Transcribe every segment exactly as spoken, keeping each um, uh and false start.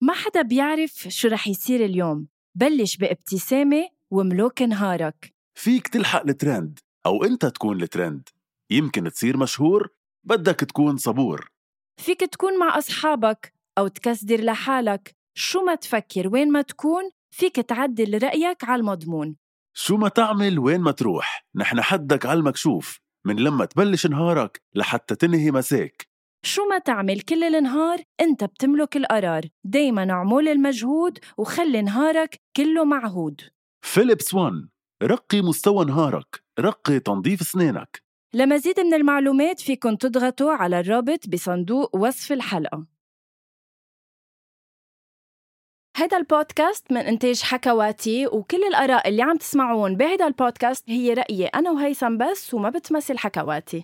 ما حدا بيعرف شو رح يصير اليوم. بلش بابتسامة وملوك نهارك. فيك تلحق الترند أو أنت تكون الترند. يمكن تصير مشهور، بدك تكون صبور. فيك تكون مع أصحابك أو تكسدر لحالك. شو ما تفكر وين ما تكون، فيك تعدل رأيك على المضمون. شو ما تعمل وين ما تروح، نحن حدك على المكشوف. من لما تبلش نهارك لحتى تنهي مساك. شو ما تعمل كل النهار، انت بتملك القرار. دايما اعمل المجهود وخلي نهارك كله معهود. فيليبس وان، رقي مستوى نهارك، رقي تنظيف سنينك. لمزيد من المعلومات فيكن تضغطوا على الرابط بصندوق وصف الحلقة. هذا البودكاست من إنتاج حكواتي، وكل الآراء اللي عم تسمعون بهذا البودكاست هي رأيي أنا وهيثم بس، وما بتمثل حكواتي.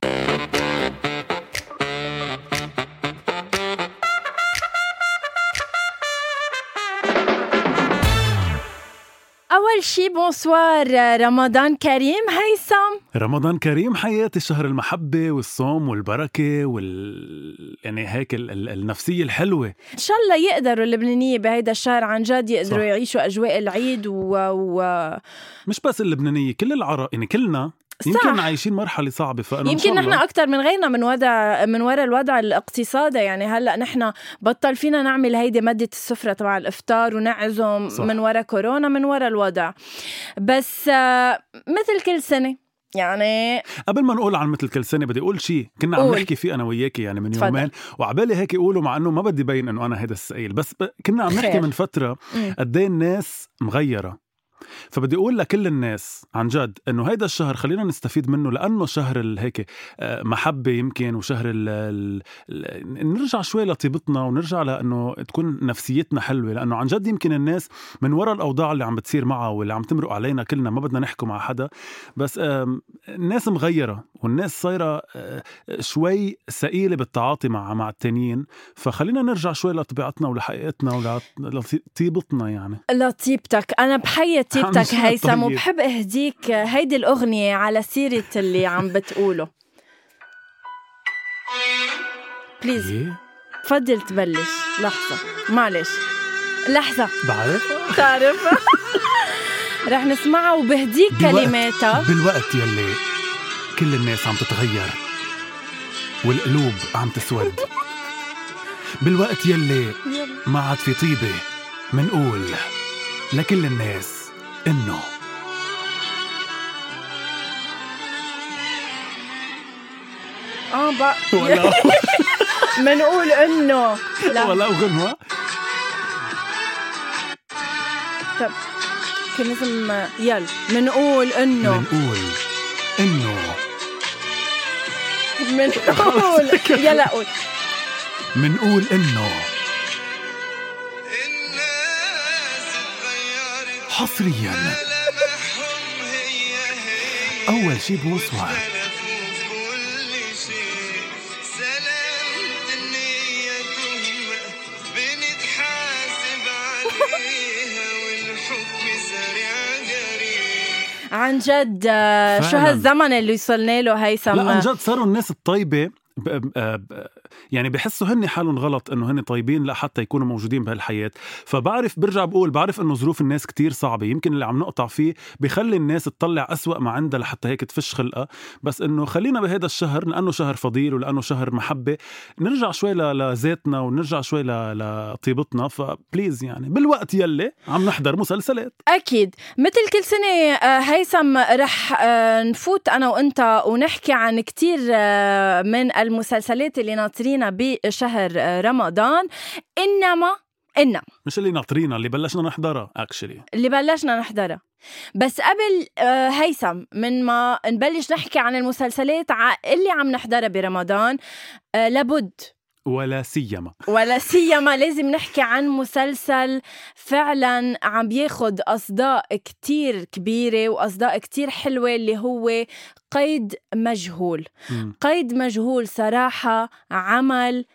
أول شي بونسوار، رمضان كريم هيثم. رمضان كريم حياتي، شهر المحبة والصوم والبركة وال يعني هيك ال... ال... النفسية الحلوة. إن شاء الله يقدروا اللبنانية بهيدا الشهر عن جد يقدروا صح. يعيشوا أجواء العيد و... و... مش بس اللبنانية، كل العرب يعني كلنا يمكن صح. عايشين مرحلة صعبة، فأنا يمكن نحن أكتر من غيرنا من وضع من وراء الوضع الاقتصادي. يعني هلأ نحن بطل فينا نعمل هيدي مادة السفرة تبع الإفطار ونعزم صح. من وراء كورونا، من وراء الوضع. بس مثل كل سنة، يعني قبل ما نقول عن مثل كل سنة بدي أقول شيء كنا عم نحكي فيه أنا وياكي يعني من يومين يومين، وعبالي هيك يقولوا مع أنه ما بدي بين أنه أنا هيدا السائل، بس ب... كنا عم نحكي من فترة قدين الناس مغيرة. فبدي أقول لكل الناس عن جد إنه هيدا الشهر خلينا نستفيد منه، لأنه شهر الهيك محبة يمكن، وشهر ال ال نرجع شوي لطيبتنا ونرجع لأنه تكون نفسيتنا حلوة. لأنه عن جد يمكن الناس من وراء الأوضاع اللي عم بتصير معها واللي عم تمرق علينا كلنا، ما بدنا نحكي مع حدا، بس الناس مغيرة والناس صايرة شوي سئيلة بالتعاطي مع مع التانيين. فخلينا نرجع شوي لطبيعتنا ولحقيقتنا ولطيبتنا. يعني لطيبتك، أنا بحيي طيبتك هيثم، وبحب اهديك هيدي الأغنية على سيرة اللي عم بتقوله. بليز تفضل تبلش. لحظة معلش، لحظة بعرف تعرف رح نسمعها وبهديك كلماتها بالوقت يلي كل الناس عم تتغير والقلوب عم تسود، بالوقت يلي ما عاد في طيبة، منقول لكل الناس إنه آه بقى منقول إنه لا ولا غنوة. طب كان لازم يلا منقول إنه منقول إنه منقول يلا قول منقول إنه حصرياً أول شي بوصوار عن جد شو هالزمن اللي وصلنا له هيثم. لا عن جد صاروا الناس الطيبة ب... ب... يعني بحسوا هني حالهم غلط انه هني طيبين لا حتى يكونوا موجودين بهالحياة. فبعرف برجع بقول بعرف انه ظروف الناس كتير صعبة، يمكن اللي عم نقطع فيه بيخلي الناس تطلع أسوأ ما عندها لحتى هيك تفش خلقها. بس انه خلينا بهذا الشهر لانه شهر فضيل ولانه شهر محبة نرجع شوي لذاتنا ونرجع شوي لطيبتنا. فبليز يعني بالوقت يلي عم نحضر مسلسلات اكيد مثل كل سنة هيثم رح نفوت انا وانت ونحكي عن كتير من المسلسلات اللي ناطرينا بشهر رمضان. إنما إنما مش اللي ناطرينا، اللي بلشنا نحضرها actually. اللي بلشنا نحضرها. بس قبل هيثم من ما نبلش نحكي عن المسلسلات اللي عم نحضرها برمضان، لابد ولا سيما ولا سيما لازم نحكي عن مسلسل فعلا عم بياخد أصداء كتير كبيرة وأصداء كتير حلوة، اللي هو قيد مجهول. م. قيد مجهول صراحة عمل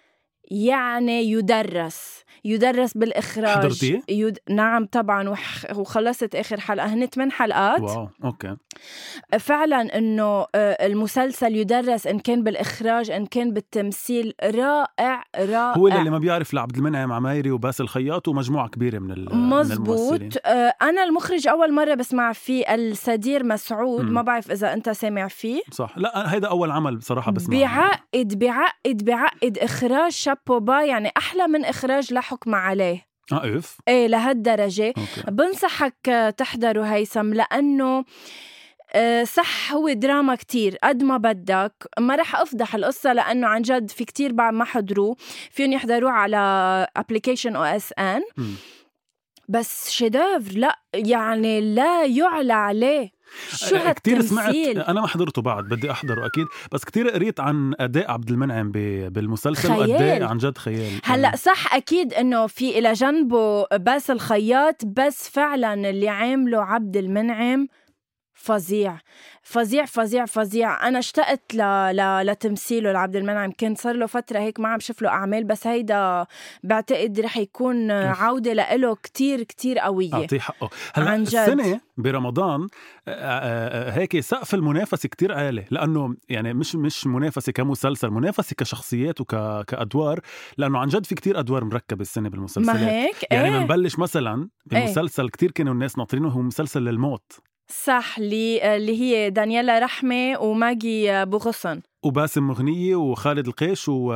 يعني يدرس يدرس بالإخراج. حضرتيه؟ يد... نعم طبعا، وح... وخلصت آخر حلقة، هن ثمان حلقات. واو أوكي. فعلا إنه المسلسل يدرس إن كان بالإخراج إن كان بالتمثيل، رائع رائع. هو اللي ما بيعرف لعبد المنعم عمايري وباسل الخياط ومجموعة كبيرة من مزبوط. أنا المخرج أول مرة بسمع فيه السدير مسعود. م. ما بعرف إذا أنت سامع فيه. صح. لا هيدا أول عمل بصراحة بسمع. بيعقد بيعقد بيعقد إخراج شابوبا، يعني أحلى من إخراج لا حكم عليه. اه اف ايه لهالدرجة. أوكي. بنصحك تحضره هيثم، لأنه أه صح هو دراما كتير قد ما بدك. ما رح أفضح القصة لأنه عن جد في كتير بعد ما حضروه، فيهم يحضروه على ابليكيشن او اس ان. بس شدافر، لا يعني لا يعلى عليه. شو كتير سمعت، أنا ما حضرته بعد، بدي أحضره أكيد، بس كتير قريت عن أداء عبد المنعم بالمسلسل، وأداء عن جد خيال. هلأ صح أكيد إنه في إلى جنبه باسل الخياط، بس فعلا اللي عامله عبد المنعم فظيع فظيع فظيع فظيع. أنا اشتقت ل... ل... لتمثيله لعبد المنعم. كان صار له فترة هيك ما عم شوف له أعمال، بس هيدا بعتقد رح يكون عودة لإله كتير كتير قوية. أعطيه حقه. هلأ السنة برمضان هيك سقف المنافسة كتير عالي، لأنه يعني مش مش منافسة كمسلسل، منافسة كشخصيات وكأدوار، لأنه عن جد في كتير أدوار مركبة السنة بالمسلسلات. ما هيك؟ يعني ايه؟ منبلش مثلا بمسلسل ايه؟ كتير كانوا الناس ناطرينه، هو مسلسل للموت. صح، اللي اللي هي دانييلا رحمة وماجي بوغصن وباسم مغنية وخالد القيش و...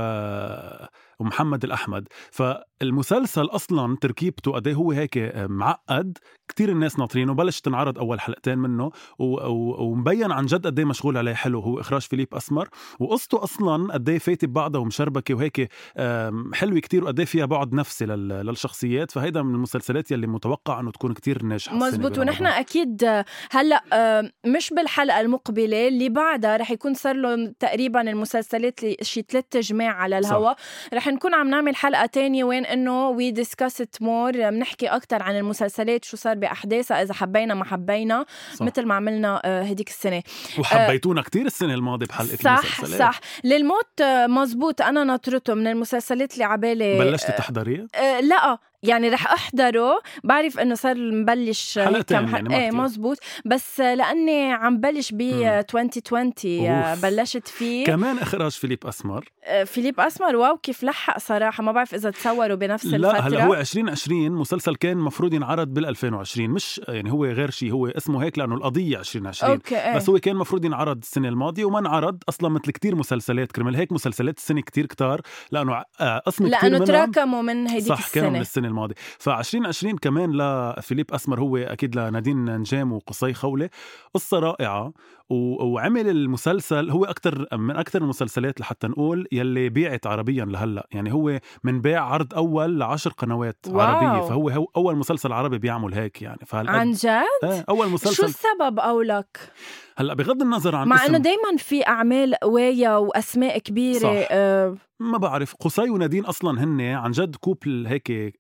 ومحمد الأحمد. فالمسلسل أصلاً تركيبته قديه هو هيك معقد، كتير الناس ناطرينه. بلش تنعرض أول حلقتين منه و... و... ومبين عن جد قديه مشغول عليه حلو. هو إخراج فيليب أسمر، وقصته أصلاً قديه فايتة ببعضها ومشربكة وهيك حلوة كتير، وقديه فيها بعد نفسي لل... للشخصيات. فهيدا من المسلسلات يلي متوقع أنه تكون كتير ناجحة. مزبوط. ونحن أكيد هلأ مش بالحلقة المقبلة اللي بعدها رح يكون صار له تقريبا المسلسلات اللي شي ثلاث جماع على الهواء، رح نكون عم نعمل حلقة تانية وين إنه we discuss it more، بنحكي أكتر عن المسلسلات شو صار بأحداثها، إذا حبينا ما حبينا، مثل ما عملنا هديك السنة. وحبيتونا آه كتير السنة الماضية بحلقة صح المسلسلات. صح. للموت مزبوط. أنا نطرته من المسلسلات اللي عبالي. بلشت تحضريه؟ آه لا يعني رح أحضره، بعرف إنه صار مبلش كم حلقة. يعني ايه مزبوط، بس لأني عم بلش ب عشرين عشرين بلشت فيه. كمان إخراج فيليب أسمر. فيليب أسمر واو كيف لحق صراحة. ما بعرف إذا تصوروا بنفس لا الفترة. هلا هو عشرين عشرين مسلسل كان مفروض ينعرض بالألفين وعشرين، مش يعني هو غير شيء، هو اسمه هيك لأنه القضية عشرين عشرين. أوكي. بس هو كان مفروض ينعرض السنة الماضية وما انعرض أصلا، مثل كتير مسلسلات كرمال هيك مسلسلات السنة كتير كتار، لأنه اسم كتير لأنه تراكموا من هيديك صح السنة. كانوا من السنة الماضية. فعشرين عشرين كمان لفيليب أسمر، هو أكيد لنادين نجام وقصي خولة. قصة رائعة، وعمل المسلسل هو أكتر من أكتر المسلسلات لحتى نقول يلي بيعت عربيا لهلأ. يعني هو من بيع عرض أول لعشر قنوات واو. عربية. فهو هو أول مسلسل عربي بيعمل هيك يعني. عن جد؟ اه أول مسلسل. شو السبب أولك؟ هلأ بغض النظر عن مع أنه دايما في أعمال قوية وأسماء كبيرة. أه ما بعرف، قصي ونادين أصلا هن عن جد كوبل هيك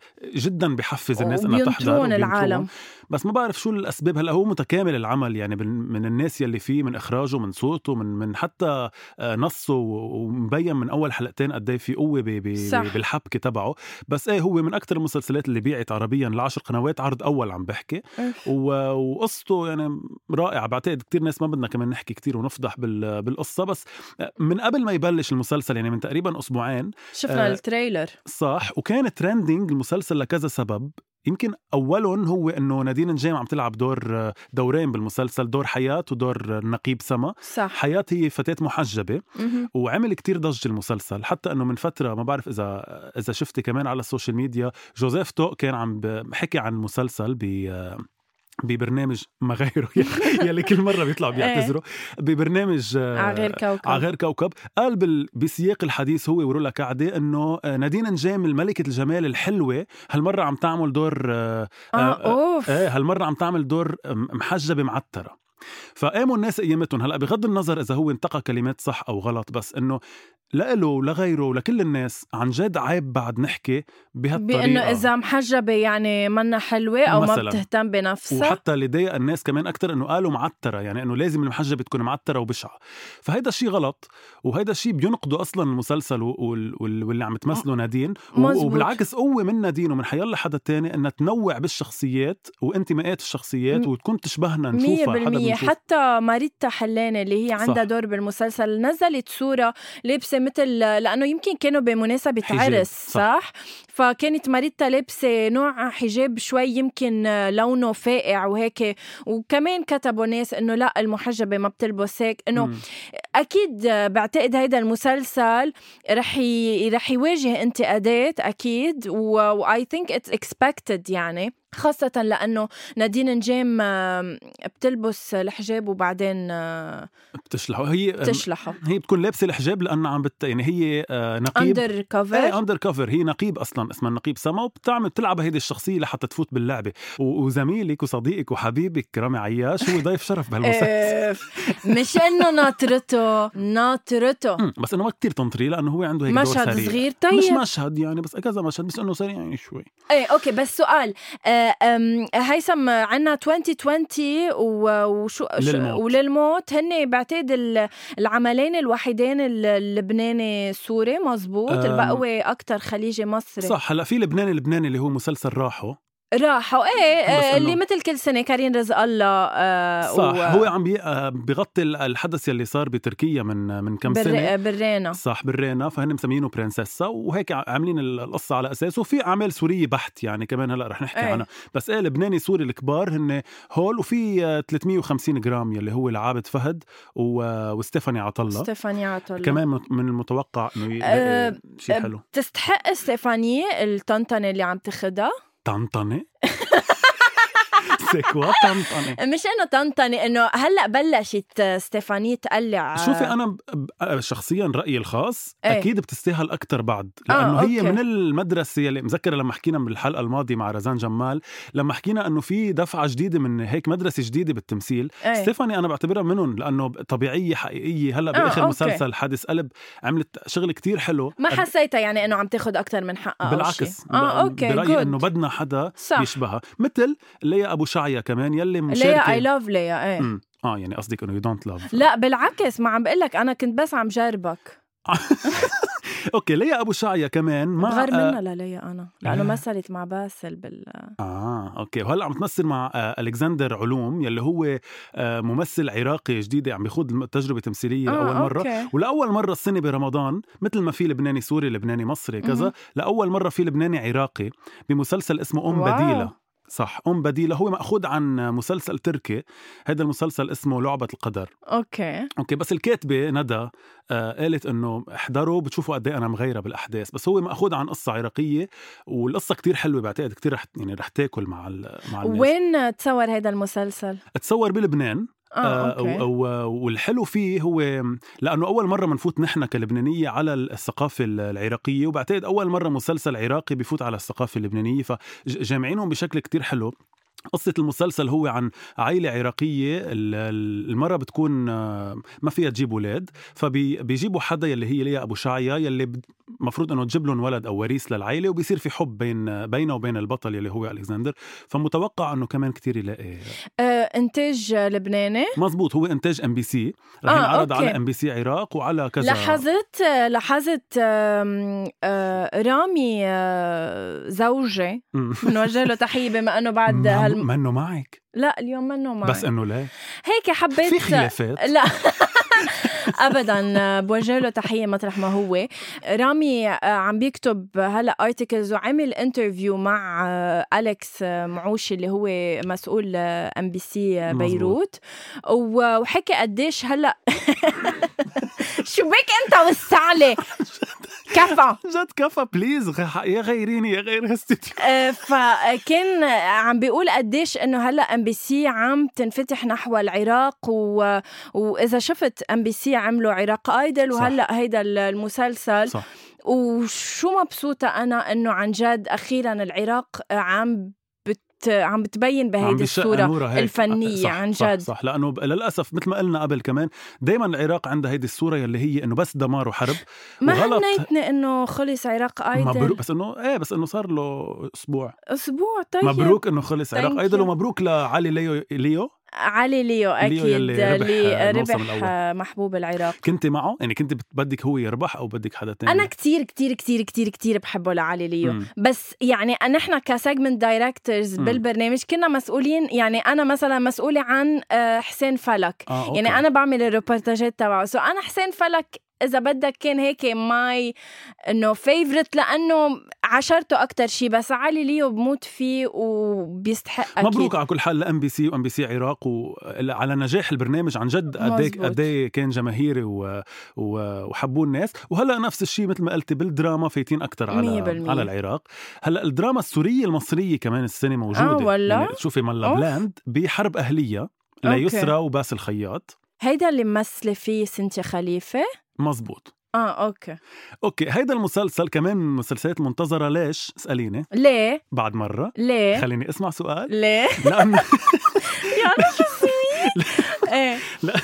جدا بحفز الناس انها تحضر العالم. بس ما بعرف شو الاسباب. هلا هو متكامل العمل يعني من الناس يلي فيه، من اخراجه، من صوته، من من حتى نصه، ومبين من اول حلقتين قد ايه في قوه بالحبكه تبعه. بس ايه هو من اكثر المسلسلات اللي بيعت عربيا لعشر قنوات عرض اول عم بحكي. وقصته يعني رائعه. بعتقد كتير ناس ما بدنا كمان نحكي كتير ونفضح بالقصه، بس من قبل ما يبلش المسلسل يعني من تقريبا اسبوعين شفنا آه التريلر. صح. وكان ترندينج المسلسل لكذا سبب. يمكن أولهم هو أنه نادين نجام عم تلعب دور دورين بالمسلسل، دور حياة ودور نقيب سما. صح. حياة هي فتاة محجبة م-م. وعمل كتير ضجة المسلسل، حتى أنه من فترة ما بعرف إذا إذا شفتي كمان على السوشيال ميديا جوزيف توق كان عم بحكي عن مسلسل ب ببرنامج ما غيره يلي كل مرة بيطلع بيعتذروا ببرنامج عغير كوكب. عغير كوكب. قال بسياق الحديث هو ورولا كعدة إنه نادين نجام الملكة الجمال الحلوة هالمرة عم تعمل دور آه أوف. آه هالمرة عم تعمل دور محجبة معترة. فقاموا الناس قيمتهم. هلأ بغض النظر إذا هو انتقى كلمات صح أو غلط، بس إنه لإله ولغيره ولكل الناس عن جد عيب بعد نحكي بهالطريقة بأنه إذا محجبة يعني منا حلوة أو مثلاً. ما بتهتم بنفسها. وحتى لدي الناس كمان أكتر أنه قالوا معترة، يعني أنه لازم المحجبة تكون معترة وبشعة. فهيدا الشيء غلط، وهيدا الشيء بينقضوا أصلاً المسلسل وال... وال... واللي عم تمثله نادين. مزبوط. وبالعكس قوة من نادين ومن حيالله حدا تاني أنها تنوع بالشخصيات وانتماءات الشخصيات وتكون تشبهنا نشوفها حدا بنشوف. حتى ماريتا حلانة اللي هي عندها دور بالمسلسل نزلت صورة لابسة مثل، لأنه يمكن كانوا بمناسبة عرس صح. صح فكانت ماريتا لابسة نوع حجاب شوي يمكن لونه فاقع وهيك، وكمان كتبوا ناس إنه لا المحجبة ما بتلبس هيك. إنه أكيد بعتقد هيدا المسلسل رح ي... رح يواجه انتقادات أكيد، و I think it's expected يعني، خاصة لأنه نادين نجيم بتلبس الحجاب وبعدين بتشلحه. هي بتشلحه. هي بتكون لابسة الحجاب لأنه عم بت يعني هي نقيب أندر كفر. ايه أندر كفر، هي نقيب أصلا اسمها نقيب سما، وبتعمل بتلعب هيدي الشخصية لحتى تفوت باللعبة. وزميلك وصديقك وحبيبك رامي عياش هو ضيف شرف بهالمسلسل. مش إنه ناطرته ناطرته بس إنه ما كتير تنطري لأنه هو عنده هيك مشهد دور سريع. صغير. طيب مش مشهد يعني بس كذا مشهد، بس إنه سريع يعني شوي. ايه أوكي. بس سؤال هيثم، عنا عشرين عشرين وشو للموت. وللموت هن بعتقد العملين الوحيدين اللبناني سوري مزبوط، البقوي أكتر خليجي مصري صح. هلا في لبناني لبناني اللي هو مسلسل راحو راحوا ايه اللي مثل كل سنه كارين رزق الله آه صح و... هو عم بي... بيغطي الحدث يلي صار بتركيا من من كم بر... سنه بالرينا صح بالرينا، فهن مسمينه برنسيسا وهيك عاملين القصه على اساسه. وفي اعمال سوريه بحت يعني كمان هلا رح نحكي ايه. عنها. بس ايه لبناني سوري الكبار هن هول، وفي ثلاثمية وخمسين جرام يلي هو العابد فهد و... وستيفاني عطله ستيفاني عطله كمان من المتوقع انه ي... أه... شيء حلو. تستحق ستيفاني الطنطنه اللي عم تاخدها. طنطنه سيكوا طنطنة. مش إنه طنطنة، إنه هلأ بلشت ستيفاني تقلع. شوفي أنا شخصيا رأيي الخاص ايه؟ أكيد بتستاهل أكتر بعد، لأنه آه، هي أوكي. من المدرسة اللي مذكرة لما حكينا بالحلقة الماضية مع رزان جمال، لما حكينا أنه في دفعة جديدة من هيك مدرسة جديدة بالتمثيل. ايه؟ ستيفاني أنا بعتبرها منهم لأنه طبيعية حقيقية. هلأ بآخر آه، مسلسل حادث قلب عملت شغل كتير حلو، ما حسيتها يعني إنه عم تاخد أكتر من حقها. بالعكس آه، أوكي. برأيي إنه بدنا حدا صح. يشبهها مثل ليا أبو شعيا كمان يلي ليا اي لاف ليا ايه م. اه يعني قصدك انه يو دونت لاف. لا بالعكس، ما عم بقول لك، انا كنت بس عم جربك. اوكي ليا ابو شعيا كمان ما بغير منها لليا انا لانه مثلت مع باسل بال اه اوكي. وهلا عم تمثل مع آه الكسندر علوم يلي هو آه ممثل عراقي جديد عم بيخوض تجربه تمثيليه آه لاول مره أوكي. ولاول مره السنه برمضان، مثل ما في لبناني سوري لبناني مصري كذا، لاول مره في لبناني عراقي بمسلسل اسمه ام واو. بديله. صح أم بديلة، هو مأخوذ عن مسلسل تركي، هذا المسلسل اسمه لعبة القدر. أوكي أوكي بس الكاتبة ندى آه قالت إنه احضروا بتشوفوا قد إيه أنا مغيرة بالأحداث، بس هو مأخوذ عن قصة عراقية والقصة كتير حلوة، بعتقد كتير رح يعني رح تاكل مع مع الناس. وين تصور هذا المسلسل؟ تصور بلبنان. آه، آه والحلو فيه هو لأنه أول مرة منفوت نحن كلبنانية على الثقافة العراقية، وبعتقد أول مرة مسلسل عراقي بيفوت على الثقافة اللبنانية، فجامعينهم بشكل كتير حلو. قصة المسلسل هو عن عائلة عراقية، المرة بتكون ما فيها تجيب ولاد، فبيجيبوا حدا يلي هي ليا أبو شعيا يلي مفروض أنه تجيب لهم ولد أو وريث للعائلة، وبيصير في حب بين بينه وبين البطل يلي هو ألكسندر، فمتوقع أنه كمان كتير يلاقي آه، إنتاج لبناني. مزبوط، هو إنتاج إم بي سي، رح آه، ينعرض أوكي. على إم بي سي عراق وعلى كذا. لاحظت لاحظت رامي زوجي بنوجه له تحية بما أنه بعد هال... منه معك. لا اليوم منه معي، بس انه لا هيك حبيت في خلافات. لا ابدا، بوجه له تحيه مطرح ما هو. رامي عم بيكتب هلا ارتكلز وعمل انترفيو مع أليكس معوشي اللي هو مسؤول ام بي سي بيروت، وحكى قديش هلا شو بك انت والسعلة كفى جد كفى بليز يا غيريني يا غير هستيتي. فكان عم بيقول قديش انه هلا ام بي سي عم تنفتح نحو العراق، و... واذا شفت ام بي سي عملوا عراق ايدل وهلا هيدا المسلسل صح. وشو مبسوطة انا انه عن جد اخيرا العراق عم بت عم بتبين بهيدي الصورة الفنية. صح عن صح جد صح، لأنه للأسف مثل ما قلنا قبل كمان دايما العراق عندها هيدي الصورة يلي هي إنه بس دمار وحرب. ما هنيتني إنه خلص عراق أيضا مبروك، بس إنه إيه بس إنه صار له أسبوع أسبوع. طيب مبروك إنه خلص عراق أيضا، ومبروك لعلي ليو ليو علي ليو أكيد اللي ربح, ربح محبوب العراق. كنت معه يعني كنت بدك هو يربح أو بدك حدا تاني؟ أنا كتير كتير كتير كتير كتير بحبه لعلي ليو. مم. بس يعني نحن كسيجمنت دايركتورز بالبرنامج كنا مسؤولين، يعني أنا مثلا مسؤولة عن حسين فلك. آه، يعني أنا بعمل الروبورتاجات تبعه، سو أنا حسين فلك إذا بدك كان هيك ماي إنه فيفرت لأنه عشرته أكتر شي، بس علي ليو بموت فيه وبيستحق أكيد. مبروك على كل حال لأم بي سي وأم بي سي عراق وعلى نجاح البرنامج عن جد. قديك قدي كان جماهيري و... و... وحبوا الناس. وهلأ نفس الشيء مثل ما قلتي بالدراما فايتين أكتر على على العراق. هلأ الدراما السورية المصرية كمان السنة موجودة. آه ولا يعني تشوفي ملا بلاند بحرب أهلية ليسرى وباس الخياط، هيدا اللي ممثلة فيه سنتيا خليفة. مزبوط. اه اوكي اوكي هيدا المسلسل كمان من المسلسلات المنتظرة. ليش اسأليني؟ ليه؟ بعد مرة ليه؟ خليني اسمع سؤال. ليه؟ لأنه يا رب اسمي ايه لا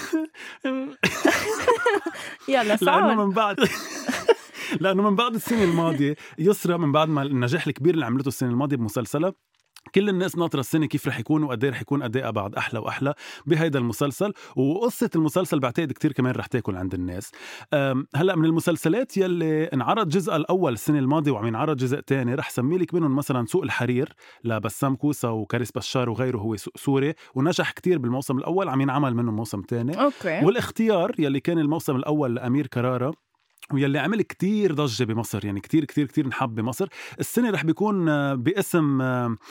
يلا صعب. لأنه من بعد لأنه من بعد السنة الماضية يسرى، من بعد ما النجاح الكبير اللي عملته السنة الماضية بمسلسلها، كل الناس ناطرة السنة كيف رح يكون وقديه رح يكون أداء بعد أحلى وأحلى بهيدا المسلسل. وقصة المسلسل بعتقد كتير كمان رح تاكل عند الناس. هلأ من المسلسلات يلي انعرض جزء الأول السنة الماضية وعم ينعرض جزء تاني، رح سميلك منهم مثلا سوق الحرير لبسام كوسة وكاريس بشار وغيره، هو سوري ونجح كتير بالموسم الأول، عم ينعمل منه موسم تاني. أوكي. والاختيار يلي كان الموسم الأول لأمير كرارة ويلي عمل كتير ضجة بمصر، يعني كتير كتير كتير نحب بمصر. السنة رح بيكون باسم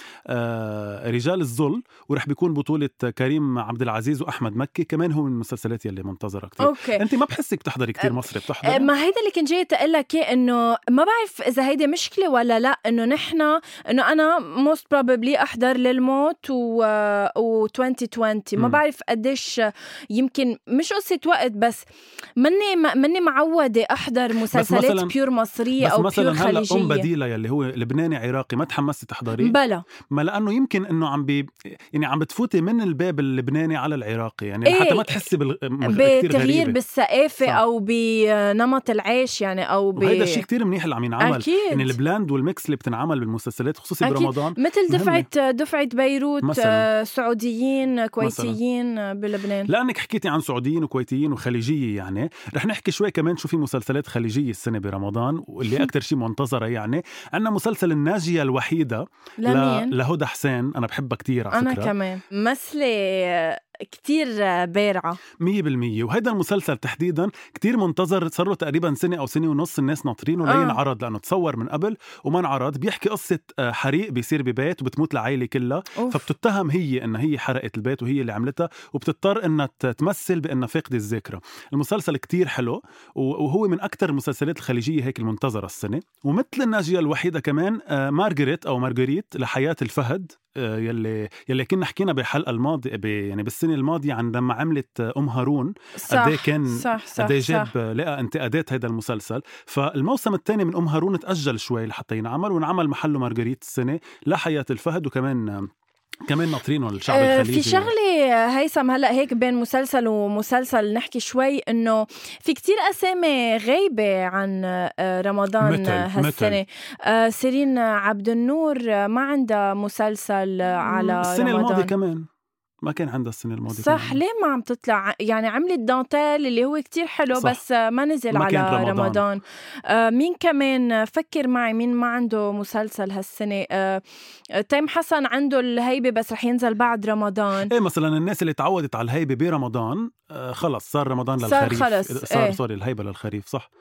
رجال الظل، ورح بيكون بطولة كريم عبد العزيز وأحمد مكي، كمان هو من المسلسلات يلي منتظرة كتير. أوكي. أنت ما بحسك بتحضري كتير مصري؟ بتحضري؟ ما هيدا اللي كنت جاي تقلك إنه ما بعرف إذا هيدا مشكلة ولا لا، إنه نحنا إنه أنا most probably أحضر للموت و و عشرين عشرين ما بعرف قديش، يمكن مش قصة وقت، بس مني مني معودة أحضر مسلسلات بيور مصرية أو بيور خليجية. بس مثلا هلأ أم بديلة يلي هو لبناني عراقي ما تحمستي تحضري؟ بلا ما لأنه يمكن إنه عم بي يعني عم بتفوتي من الباب اللبناني على العراقي، يعني إيه حتى ما تحسي بتغيير بالثقافة أو بنمط العيش يعني، أو ب... وهيدا الشيء كتير منيح اللي عم ينعمل. أكيد. يعني البلاند والميكس اللي بتنعمل بالمسلسلات خصوصي أكيد. برمضان مثل دفعة دفعة بيروت مثلاً. سعوديين كويتيين مثلاً. بلبنان. لأنك حكيتي عن سعوديين وكويتيين وخليجية، يعني رح نحكي شوي كمان شو في مسلسلات خليجية السنة برمضان واللي أكتر شيء منتظرة. يعني عندنا مسلسل الناجية الوحيدة ل... لهدى حسين، أنا بحبها كتير على أنا فكرة. كمان مثلة كتير بارعة مية بالمية. وهيدا المسلسل تحديدا كتير منتظر، صار له تقريبا سنة أو سنة ونص الناس ناطرينه آه. لينعرض، لأنه تصور من قبل وما انعرض. بيحكي قصة حريق بيصير ببيت وبتموت العائلة كلها، أوف. فبتتهم هي إنها هي حرقت البيت وهي اللي عملتها، وبتضطر إنها تمثل بإنها فاقدة الذاكرة. المسلسل كتير حلو وهو من أكتر المسلسلات الخليجية هيك المنتظرة السنة. ومثل الناجية الوحيدة كمان مارغريت أو مارغريت لحياة الفهد، يلي يلي كنا حكينا بالحلقة الماضية يعني بالسنة الماضية عن لما عملت أم هارون قديه كان قديه جاب لقى انتقادات هذا المسلسل. فالموسم الثاني من أم هارون تأجل شوي لحتى ينعمل، ونعمل محله مارغريت السنة لحياة الفهد، وكمان كمان ناطرينه الشعب الخليجي. في شغلة هيثم هلأ هيك بين مسلسل ومسلسل نحكي شوي إنه في كتير أسامي غايبة عن رمضان هالسنة. سيرين عبد النور ما عندها مسلسل على السنة رمضان. الماضية كمان ما كان عندها السنة الماضية صح كمان. ليه ما عم تطلع؟ يعني عملت دانتيل اللي هو كتير حلو صح. بس ما نزل ما على رمضان, رمضان. آه مين كمان فكر معي مين ما عنده مسلسل هالسنة؟ آه تيم حسن عنده الهيبة بس رح ينزل بعد رمضان. ايه مثلا الناس اللي تعودت على الهيبة برمضان آه خلص صار رمضان للخريف، صار خلص صار ايه. صار الهيبة للخريف صح.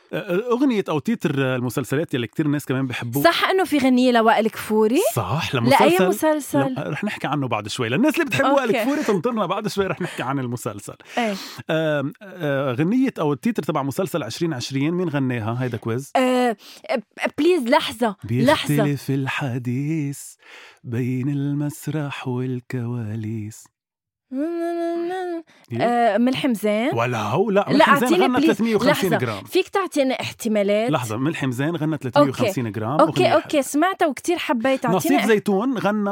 أغنية أو تيتر المسلسلات يلي كتير الناس كمان بيحبوه. صح إنه في غنية لوائل كفوري. صح لمسلسل. لأي مسلسل؟ رح نحكي عنه بعد شوي للناس اللي بتحب وائل كفوري، تنطرنا بعد شوي رح نحكي عن المسلسل. ايه. آه آه غنية أو التيتر تبع مسلسل عشرين عشرين مين غناها؟ هيدا كويز. آه بليز لحظة لحظة. بيختلف الحديث بين المسرح والكواليس. آه ملح مزين ولا هو لا ملح مزين غنى ثلاثمية وخمسين جرام. فيك تعطيني احتمالات؟ لحظة ملح مزين غنى ثلاثمية وخمسين جرام. أوكي أوكي, أوكي. سمعتها وكتير حبيت. نصيف زيتون غنى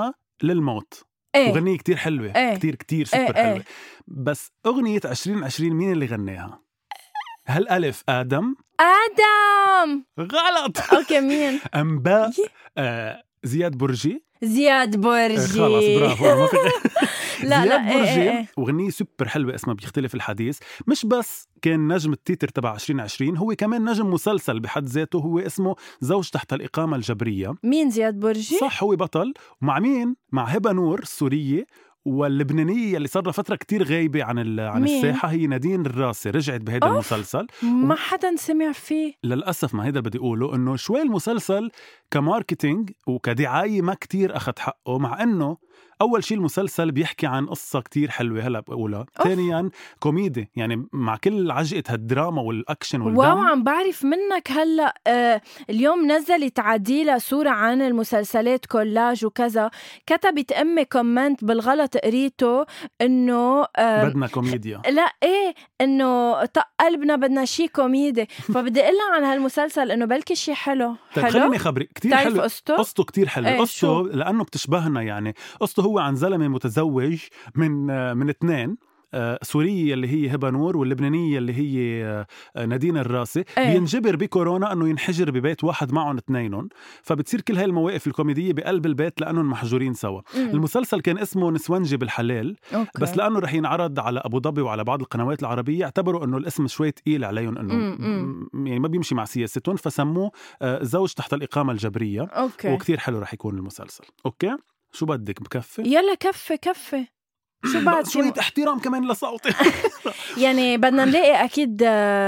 للموت. ايه وغنية كتير حلوة. ايه كتير كتير سوبر ايه حلوة. ايه. بس أغنية عشرين عشرين مين اللي غناها؟ هل ألف آدم؟ آدم غلط. اوكي مين؟ أنباء آه زياد برجي. زياد برجي. خلاص برافو. ما في لا زياد لا برجي. ايه ايه. وغنية سوبر حلوة اسمها بيختلف الحديث. مش بس كان نجم التيتر تبع عشرين عشرين، هو كمان نجم مسلسل بحد ذاته، هو اسمه زوج تحت الإقامة الجبرية. مين زياد برجي؟ صح هو بطل. ومع مين؟ مع هبة نور السورية، واللبنانية اللي صار فترة كتير غايبة عن عن مين؟ الساحة هي نادين الراسي. رجعت بهذا المسلسل. ما حدا سمع فيه للأسف. ما هيدا بدي أقوله إنه شوي المسلسل كماركتينج وكدعاية ما كتير أخذ حقه، مع إنه أول شيء المسلسل بيحكي عن قصة كتير حلوة هلأ بقولها. ثانيا كوميدي، يعني مع كل عجقة هالدراما والأكشن والدم. واو عم بعرف منك هلأ. آه اليوم نزلت عديلة صورة عن المسلسلات كولاج وكذا، كتبت أمي كومنت بالغلط قريته إنه آه بدنا كوميديا. لا إيه إنه طق قلبنا بدنا شي كوميدي. فبدي أقلها عن هالمسلسل إنه بلكي شي حلو. طيب حلو؟ خليني خبري كتير حلو. قصته قصته كتير حلو. ايه قصته لأنه بتشبهنا، يعني قصته هو عن زلمة متزوج من من اثنين، سورية اللي هي هبة نور واللبنانية اللي هي نادين الراسي. ايه. بينجبر بكورونا أنه ينحجر ببيت واحد معهم اثنينهم، فبتصير كل هاي المواقف الكوميدية بقلب البيت لأنهم محجورين سوا. مم. المسلسل كان اسمه نسوانجي بالحلال. أوكي. بس لأنه رح ينعرض على أبو ظبي وعلى بعض القنوات العربية، اعتبروا أنه الاسم شوي تقيل عليهم، أنه مم. يعني ما بيمشي مع سياستهم، فسموه زوج تحت الإقامة الجبرية. أوكي. وكتير حلو رح يكون المسلسل. أوكي شو بدك بكفي؟ يلا كفي كفي. شو بعد شوية احترام كمان لصوتي. يعني بدنا نلاقي أكيد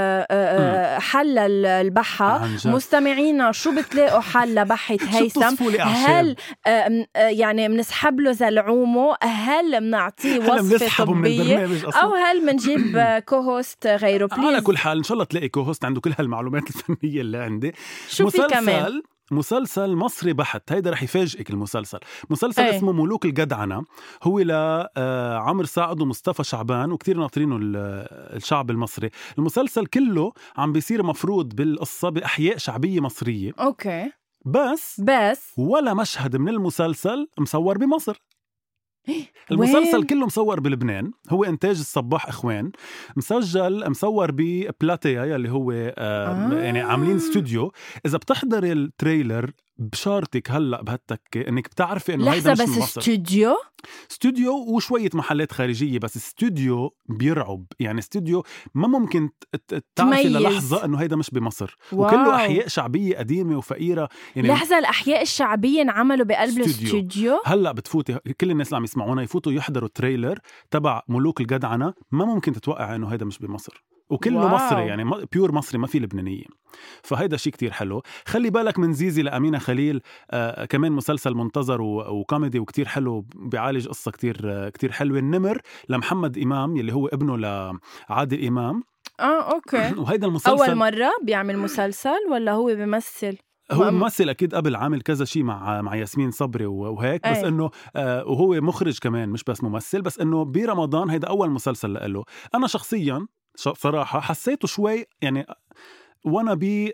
حل البحة. مستمعينا شو بتلاقوا حل لبحة هيثم؟ هل يعني منسحب له زلعومه؟ هل منعطيه وصفة طبية؟ أو هل منجيب كوهوست غيره؟ بليز. على كل حال إن شاء الله تلاقي كوهوست عنده كل هالمعلومات الفنية اللي عندي. شو في كمان؟ مسلسل مصري بحت. هيدا رح يفاجئك المسلسل. مسلسل أي. اسمه ملوك الجدعنة. هو لعمر سعد ومصطفى شعبان، وكتير ناطرينه الشعب المصري. المسلسل كله عم بيصير مفروض بالقصة بأحياء شعبية مصرية. أوكي. بس بس ولا مشهد من المسلسل مصور بمصر. المسلسل وين؟ كله مصور بلبنان. هو إنتاج الصباح إخوان. مسجل مصور ببلاتيا اللي هو آه آه. يعني عاملين استوديو. إذا بتحضر التريلر بشارتك هلأ بهالتكة إنك بتعرفي إنه هيدا مش من مصر. بس استوديو استوديو وشوية محلات خارجية، بس استوديو بيرعب. يعني استوديو ما ممكن تعرفي للحظة إنه هيدا مش بمصر. واو. وكله أحياء شعبية قديمة وفقيرة. يعني لحظة الأحياء الشعبية انعملوا بقلب الاستوديو. هلأ بتفوتي كل الناس اللي عم يسمعونا يفوتوا يحضروا التريلر تبع ملوك الجدعنة، ما ممكن تتوقع إنه هيدا مش بمصر. وكله واو. مصري، يعني بيور مصري، ما في لبنانية. فهيدا شيء كتير حلو. خلي بالك من زيزي لأمينة خليل. آه كمان مسلسل منتظر وكوميدي وكتير حلو، بيعالج قصة كتير آه كتير حلوة. النمر لمحمد إمام يلي هو ابنه لعادل إمام. آه أوكي. وهيدا المسلسل أول مرة بيعمل مسلسل ولا هو بيمثل؟ هو ممثل أكيد، قبل عامل كذا شيء مع مع ياسمين صبري وهيك. بس أي. إنه آه وهو مخرج كمان مش بس ممثل. بس إنه برمضان هيدا أول مسلسل له. أنا شخصياً صراحة حسيته شوي يعني وانا بي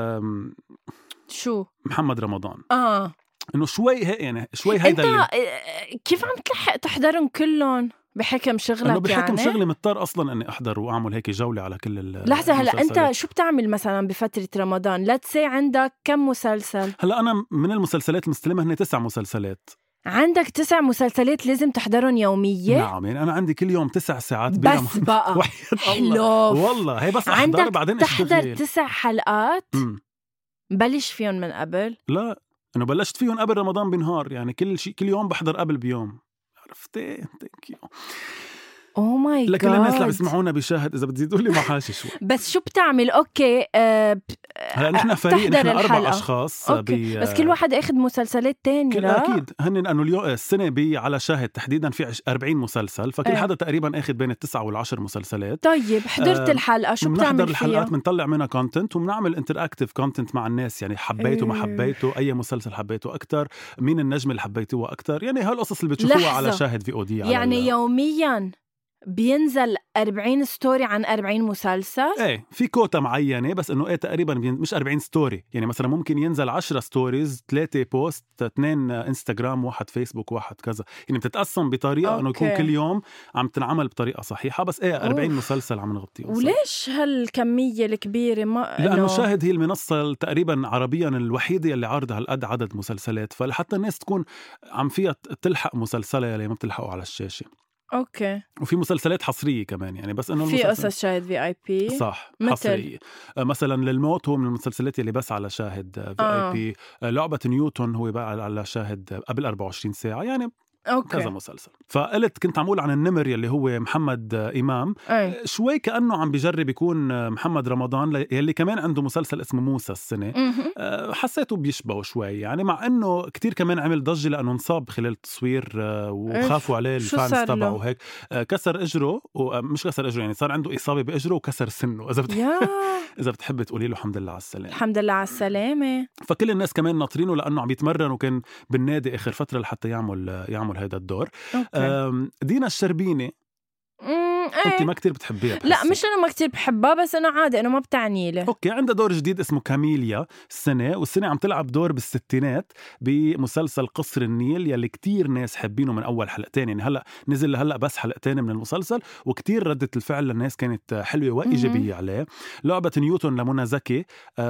شو محمد رمضان. اه انه شوي هي يعني شوي هيدا اللي... كيف عم تلحق تحضرهم كلهم بحكم شغلك؟ انه بحكم يعني شغلي مضطر اصلا اني احضر واعمل هيك جولة على كل ال لحظة هلا انت شو بتعمل مثلا بفترة رمضان؟ لا تسي عندك كم مسلسل؟ هلا انا من المسلسلات المستلمة هن تسع مسلسلات. عندك تسع مسلسلات لازم تحضرهم يومية؟ نعم، يعني أنا عندي كل يوم تسع ساعات بس بقى حلو والله. هي بس أحضر بعدين تحضر تسع حلقات. م. بلش فيهم من قبل؟ لا، أنا بلشت فيهم قبل رمضان بنهار. يعني كل شيء كل يوم بحضر قبل بيوم. عرفتي؟ ثانك يو. اوه ماي جاد. لكل الناس اللي بيسمعونا بيشاهد اذا بتزيدوا لي معاشي شوي. بس شو بتعمل؟ اوكي أه ب... هلا نحن فريق، نحن اربع اشخاص. بي... بس كل واحد اخذ مسلسلات تانية. لا اكيد هن انه اليوم السنه بي على شاهد تحديدا في أربعين مسلسل، فكل حدا تقريبا اخذ بين التسعة والعشر مسلسلات. طيب حضرت أه الحلقه شو بتعمل فيها؟ الحلقات بنطلع منها كونتنت وبنعمل انتراكتيف كونتنت مع الناس. يعني حبيته ما حبيته، اي مسلسل حبيته اكثر، مين النجم اللي حبيتوه اكثر، يعني هالقصص اللي بتشوفوها على شاهد في او دي. يعني يوميا بينزل أربعين ستوري عن أربعين مسلسل؟ ايه في كوتا معينة، بس انه ايه تقريبا مش أربعين ستوري، يعني مثلا ممكن ينزل عشرة ستوريز، ثلاثة بوست، اثنين انستغرام، واحد فيسبوك، واحد كذا، يعني بتتقسم بطريقة انه يكون كل يوم عم تنعمل بطريقة صحيحة. بس ايه أربعين أوف. مسلسل عم نغطيه. وليش هالكمية الكبيرة؟ ما لأنه شاهد هي المنصة تقريبا عربيا الوحيدة اللي عارضة هالقد عدد مسلسلات، فلحتى الناس تكون عم فيها تلحق مسلسلة اللي ما بتلحقوا على الشاشة. اوكي. وفي مسلسلات حصرية كمان، يعني بس انه في قصص شاهد في اي بي صح حصرية. مثلا للموت هو من المسلسلات اللي بس على شاهد في آه. اي بي. لعبة نيوتن هو بقى على شاهد قبل أربعة وعشرين ساعة، يعني أوكي. كذا مسلسل. فقلت كنت عمول عن النمر يلي هو محمد إمام أي. شوي كأنه عم بيجرب يكون محمد رمضان يلي كمان عنده مسلسل اسمه موسى السنة. م- حسيته بيشبهه شوي، يعني مع أنه كتير كمان عمل ضجة لأنه انصاب خلال التصوير وخافوا عليه الفانس تبعه وهيك. كسر إجره، ومش كسر إجره يعني صار عنده إصابة بإجره وكسر سنه. إذا بتحب إذا بتحب تقولي له الحمد لله على السلامة. الحمد لله على السلامة. فكل الناس كمان ناطرينه لأنه عم يتمرن وكان بالنادي آخر فترة لحتى يعمل يعمل هذا الدور. دينا الشربيني انت ما كتير بتحبيها؟ لا مش انا ما كتير بحبها، بس انا عادي، انا ما بتعني لي. اوكي. عندها دور جديد اسمه كاميليا السنه، والسنه عم تلعب دور بالستينات بمسلسل قصر النيل يلي كتير ناس حابينه من اول حلقتين، يعني هلا نزل هلا بس حلقتين من المسلسل، وكتير ردة الفعل للناس كانت حلوه وايجابيه عليه. لعبه نيوتن لمنى زكي،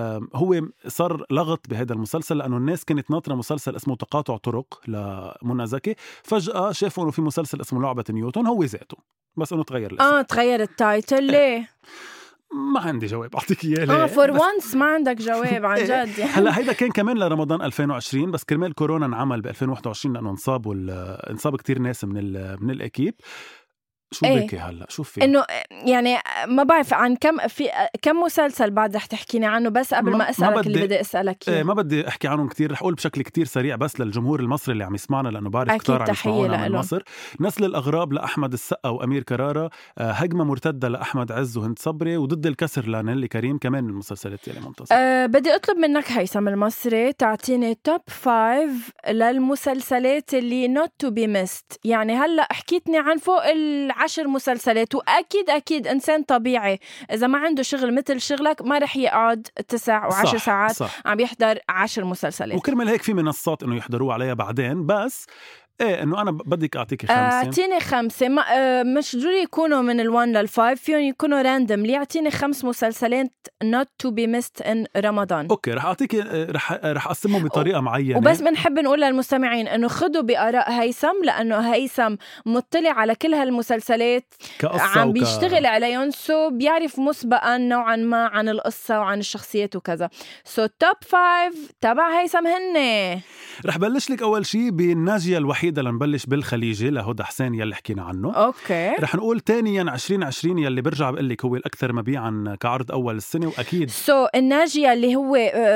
هو صار لغط بهذا المسلسل لانه الناس كانت ناطره مسلسل اسمه تقاطع طرق لمنى زكي، فجاه شافوا انه في مسلسل اسمه لعبه نيوتن هو ذاته، بس انه تغير الاسم. اه تغير التايتل. ليه؟ ما عندي جواب اعطيك اياه. اه فور وانس ما عندك جواب عن جد. هلا هيدا كان كمان لرمضان ألفين وعشرين، بس كرمال كورونا انعمل ب ألفين وواحد وعشرين لانه انصابوا انصاب كتير ناس من من الاكيب. شو ايه؟ بكي هلا شوف في انه يعني ما بعرف عن كم في كم مسلسل بعد رح تحكيني عنه، بس قبل ما, ما اسالك ما اللي بدي اسالك ايه ما بدي احكي عنهم كتير، رح اقول بشكل كتير سريع بس للجمهور المصري اللي عم يسمعنا، لانه بعرف كتار عم يسمعونا من مصر. نسل الاغراب لاحمد السقا وامير كرارة، هجمة مرتدة لاحمد عز وهند صبري، وضد الكسر لنيلي كريم، كمان من المسلسلات اللي منتصر. أه بدي اطلب منك هيثم المصري تعطيني توب فايف للمسلسلات اللي نوت تو بي ميست. يعني هلا حكيتني عن فوق العشر مسلسلات، وأكيد أكيد إنسان طبيعي إذا ما عنده شغل مثل شغلك ما رح يقعد تسع وعشر صح ساعات صح. عم يحضر عشر مسلسلات. وكرمال هيك في منصات إنه يحضروا عليها بعدين، بس ايه انه انا بدك اعطيكي خمسه. اعطيني خمسه، ما آه مش ضروري يكونوا من الوان للفايف، فيهم يكونوا راندم. لي اعطيني خمس مسلسلات not to be missed in رمضان. اوكي رح اعطيكي، رح رح اقسمهم بطريقه و... معينه. وبس بنحب نقول للمستمعين انه خذوا باراء هيثم، لانه هيثم مطلع على كل هالمسلسلات، عم بيشتغل وك... عليهم، سو بيعرف مسبقا نوعا ما عن القصه وعن الشخصيات وكذا. سو توب فايف تبع هيثم هن. رح بلش لك اول شيء بالناجيه الوحيده، لنبلش بالخليجي لهدى حسين يلي حكينا عنه. اوكي. رح نقول ثانيا عشرين عشرين يلي برجع بقول لك هو الاكثر مبيعا كعرض اول السنه، واكيد سو so, الناجيه اللي هو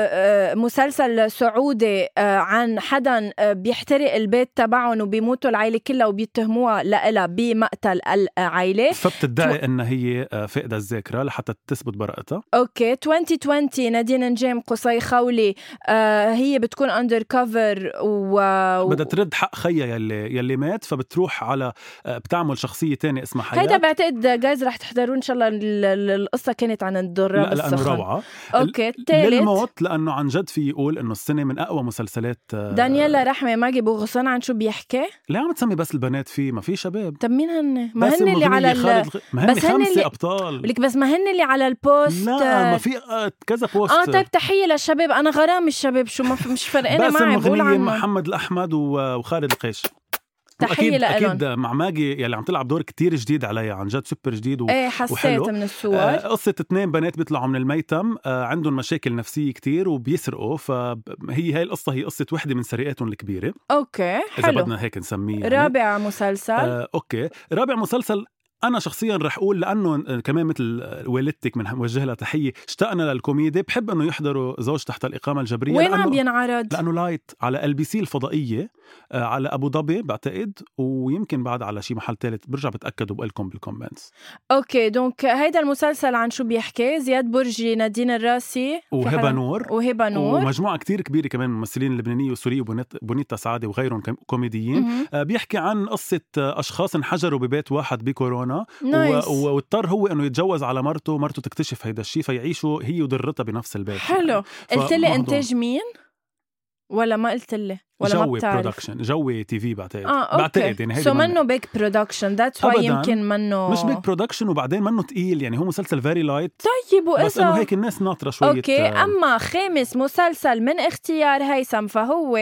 مسلسل سعودي عن حدا بيحترق البيت تبعهم وبيموتوا العائله كلها وبيتهموها لها بمقتل العائله، فبتدعي تو... انها هي فقدت الذاكره لحتى تثبت براءتها. اوكي. ألفين وعشرين نادين نجيم قصي خولي، هي بتكون اندر كفر و بدها ترد حق خيها يلي يلي مات، فبتروح على بتعمل شخصية تانية اسمها حياة. هيدا بعتقد جايز رح تحضرون إن شاء الله. القصة كانت عن الدراب السخن. لأنه روعة. أوكي. الثالث للموت، لأنه عن جد في يقول إنه السنة من أقوى مسلسلات. دانييلا رحمة ماجي بوغصان، عن شو بيحكي؟ ليه عم تسمي بس البنات فيه؟ ما في شباب. طب مين هن؟ ما هن اللي على ال... الغ... ما هن خمسة اللي... أبطال لك، بس ما هن اللي على البوست. لا ما في كذا بوست. آه طيب تحية للشباب، أنا غرام الشباب، شو ما في مش فرقنا معي. بقول عنه محمد الأحمد وخالد القيش. تحية لألون. أكيد مع ماجي يلي عم تلعب دور كتير جديد عليها، عن جد سوبر جديد و... ايه حسيت من الصور. آه قصة اثنين بنات بيطلعوا من الميتم، آه عندهم مشاكل نفسية كتير وبيسرقوا، فهي هاي القصة هي قصة وحدة من سرقاتهم الكبيرة. اوكي حلو. إذا بدنا هيك نسميه يعني. رابع مسلسل. آه اوكي رابع مسلسل أنا شخصياً رح أقول، لأنه كمان مثل والدتك من وجه لها تحية، اشتقنا للكوميدي، بحب أنه يحضروا زوج تحت الإقامة الجبرية. وين عم بينعرض؟ لأنه لايت على ال بي سي الفضائية. على أبو ظبي بعتقد، ويمكن بعد على شي محل ثالث، برجع بتأكد وبقلكم بالكومنتس. اوكي دونك هيدا المسلسل عن شو بيحكي؟ زياد برجي، نادين الراسي، وهبة نور وهبة نور ومجموعة كتير كبيرة كمان ممثلين لبنانية وسورية وبونيتا سعادة وغيرهم كوميديين. بيحكي عن قصة أشخاص انحجروا ببيت واحد بكورونا، واضطر هو انه يتجوز على مرته، مرته تكتشف هيدا الشيء فيعيشوا هي وضرتها بنفس البيت. حلو يعني. قلت لي انتاج مين ولا ما قلت لي ولا جوي ما بتعرف؟ برودكشن، جوي تي في بعتقد. آه، بعتقد يعني سو منه بيك برودكشن، ذاتس واي يمكن منه مش بيك برودكشن، وبعدين منه تقيل يعني، هو مسلسل فيري لايت. طيب وإذا بس انه هيك الناس ناطره شويه. اوكي آه. اما خامس مسلسل من اختيار هيثم فهو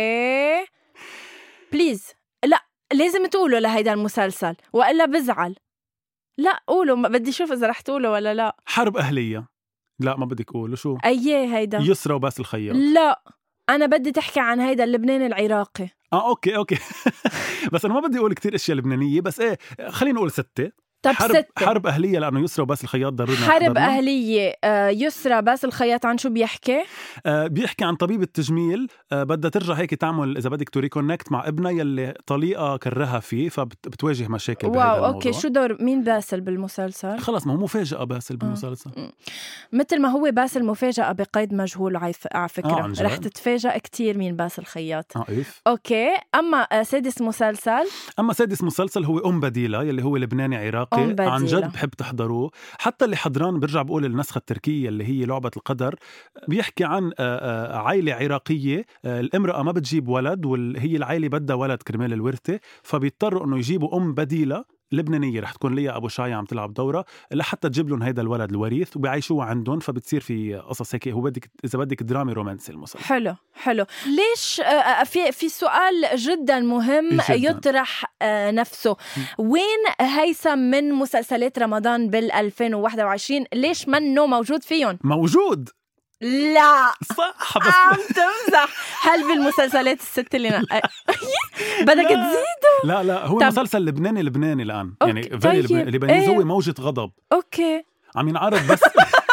بليز لا لازم تقولوا لهيدا المسلسل والا بزعل. لا قولوا، بدي اشوف اذا رح تقولوا ولا لا. حرب اهليه. لا ما بدك اقوله. شو اييه هيدا؟ يسرى وباسل الخياط. لا أنا بدي تحكي عن هيدا اللبناني العراقي. آه أوكي أوكي بس أنا ما بدي أقول كتير أشياء لبنانية، بس إيه خلينا نقول ستة. طب حرب ستة. حرب أهلية لأنه يسرى وباسل الخياط ضروري. حرب أهلية. آه يسرى باسل الخياط عن شو بيحكي؟ آه بيحكي عن طبيبة تجميل آه بدها ترجع هيك تعمل إذا بدك توري كونكت مع ابنها يلي طليقة كرهها فيه، فبتواجه مشاكل بهذا الموضوع. واو أوكي. شو دور مين باسل بالمسلسل؟ خلص ما هو مفاجأة باسل بالمسلسل. آه. مثل ما هو باسل مفاجأة بقيد مجهول على فكرة. آه رح تتفاجأ كتير مين باسل الخياط. آه إيف. أوكي. أما آه سادس مسلسل أما سادس مسلسل هو أم بديلة يلي هو لبناني عراقي. عن جد بحب تحضروه، حتى اللي حضران برجع بقول النسخة التركية اللي هي لعبة القدر. بيحكي عن عائلة عراقية، الامرأة ما بتجيب ولد وهي العائلة بدها ولد كرمال الورثة، فبيضطروا انه يجيبوا ام بديلة لبنانية رح تكون ليا أبو شاي عم تلعب دورة لحتى تجيب لهم هيدا الولد الوريث وبيعيشوه عندهم، فبتصير في قصص هيك. هو بدك إذا بدك درامي رومانسي المسلسل. حلو حلو. ليش في في سؤال جدا مهم جداً. يطرح نفسه، وين هيثم من مسلسلات رمضان بالألفين وواحد وعشرين؟ ليش منه موجود فيهم؟ موجود. لا صح بس عم تمزح. هل بالمسلسلات الست اللي ن... بدك تزيدوا؟ لا لا هو طب. مسلسل لبناني لبناني الآن يعني فيري طيب. لبناني هو موجة غضب. اوكي عم ينعرض بس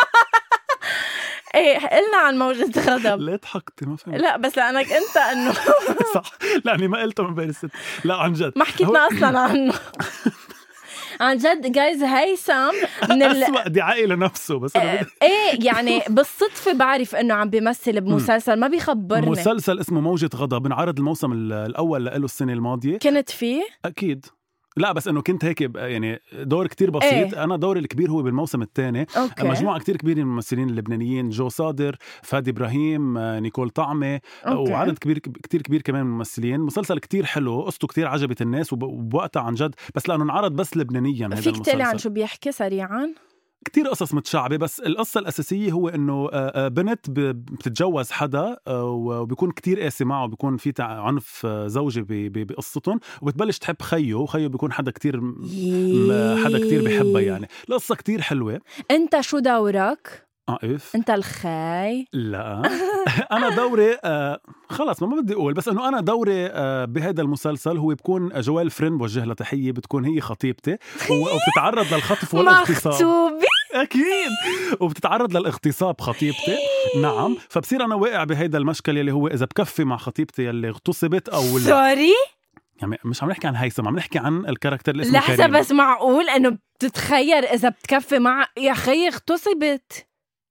ايه قلنا عن موجة غضب. لا ضحكتي ما فهمت. لا بس لأنك انت انه صح لأني ما قلته من بين الست. لا عن جد ما حكيتنا اصلا عنه. عن جد جايز هيثم من ال... أسوأ دعائي لنفسه. بس أنا آه ايه يعني بالصدفة بعرف انه عم بيمثل بمسلسل ما بيخبرني. مسلسل اسمه موجة غضب بنعرض الموسم الأول له السنة الماضية. كنت فيه؟ أكيد. لا بس انه كنت هيك يعني دور كتير بسيط. ايه؟ انا دوري الكبير هو بالموسم الثاني. مجموعه كتير كبيره من الممثلين اللبنانيين، جو صادر، فادي ابراهيم، نيكول طعمه، وعدد كبير كتير كبير كمان من الممثلين. مسلسل كتير حلو، قصته كتير عجبت الناس وبوقتها عن جد، بس لانه انعرض بس لبنانيا هذا المسلسل. فيك تقلي عن شو بيحكي سريعا؟ كتير قصص متشعبة، بس القصة الأساسية هو إنه بنت بتتجوز حدا وبيكون كتير قاسي معه، بيكون في عنف زوجي بقصتهم، وبتبلش تحب خيه، وخيه بيكون حدا كتير حدا كتير بيحبها. يعني القصة كتير حلوة. أنت شو دورك؟ اه إف انت الخاي؟ لا انا دوري آه خلص ما بدي اقول، بس انه انا دوري آه بهذا المسلسل هو بكون جوال فرين، بوجه لها تحيه، بتكون هي خطيبتي وبتتعرض للخطف والاغتصاب. مخطوبي اكيد، وبتتعرض للاغتصاب خطيبتي. نعم، فبصير انا واقع بهذا المشكل اللي هو اذا بكفي مع خطيبتي اللي اغتصبت او لا. سوري يعني مش عم نحكي عن هيثم، عم نحكي عن الكاركتر اللي اسمه كريم. لحظه بس، معقول انه بتتخير اذا بتكفي مع يا خي اغتصبت؟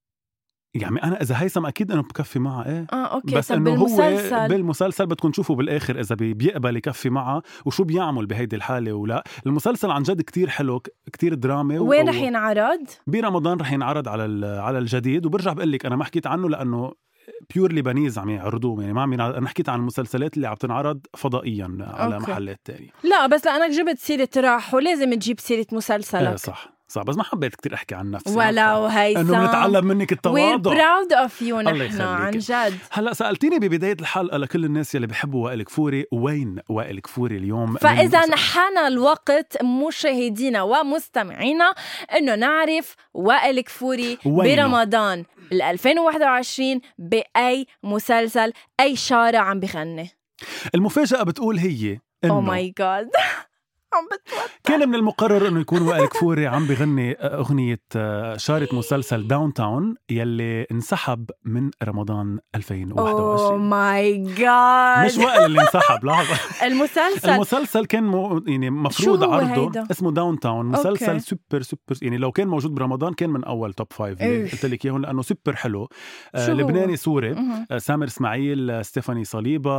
يعني أنا إذا هيثم أكيد إنه بكفي معها إيه. آه أوكي. بس إنه هو بالمسلسل بدكم تشوفوا بالآخر إذا بيقبل يكفي معها وشو بيعمل بهيدي الحالة ولا. المسلسل عن جد كتير حلو، كتير درامي. وين رح ينعرض؟ برمضان رح ينعرض على على الجديد. وبرجع بقول لك أنا ما حكيت عنه لأنه بيور لبنيز عم يعرضوه، يعني ما عم أنا حكيت عن المسلسلات اللي عم تنعرض فضائيا على أوكي. محلات تانية. لا بس لأنك جبت سيرة راح ولازم تجيب سيرة مسلسلك. إيه صح صح، بس ما حبيت كتير أحكي عن نفسي ولو هيثم إنه بنتعلم منك التواضع. we're proud of you نحن عن جد. هلأ سألتيني ببداية الحلقة لكل الناس يلي بيحبوا وائل كفوري، وين وائل كفوري اليوم؟ فإذا حان الوقت مشاهدينا ومستمعينا إنه نعرف وائل كفوري برمضان ألفين وواحد وعشرين بأي مسلسل، أي شارع عم بغني. المفاجأة بتقول هي Oh my god عم بتوتر. كان من المقرر انه يكون وائل كفوري عم بغني اغنيه شارة مسلسل داون تاون يلي انسحب من رمضان ألفين وواحد وعشرين. اوه ماي جاد، مش وائل اللي انسحب، لحظه. المسلسل المسلسل كان مو يعني مفروض عرضه هيدا؟ اسمه داون تاون، مسلسل أوكي. سوبر سوبر يعني لو كان موجود برمضان كان من اول توب فايف اللي قلت لك اياهم، لانه سوبر حلو. آه لبناني سوري، آه سامر اسماعيل، آه ستيفاني صليبه،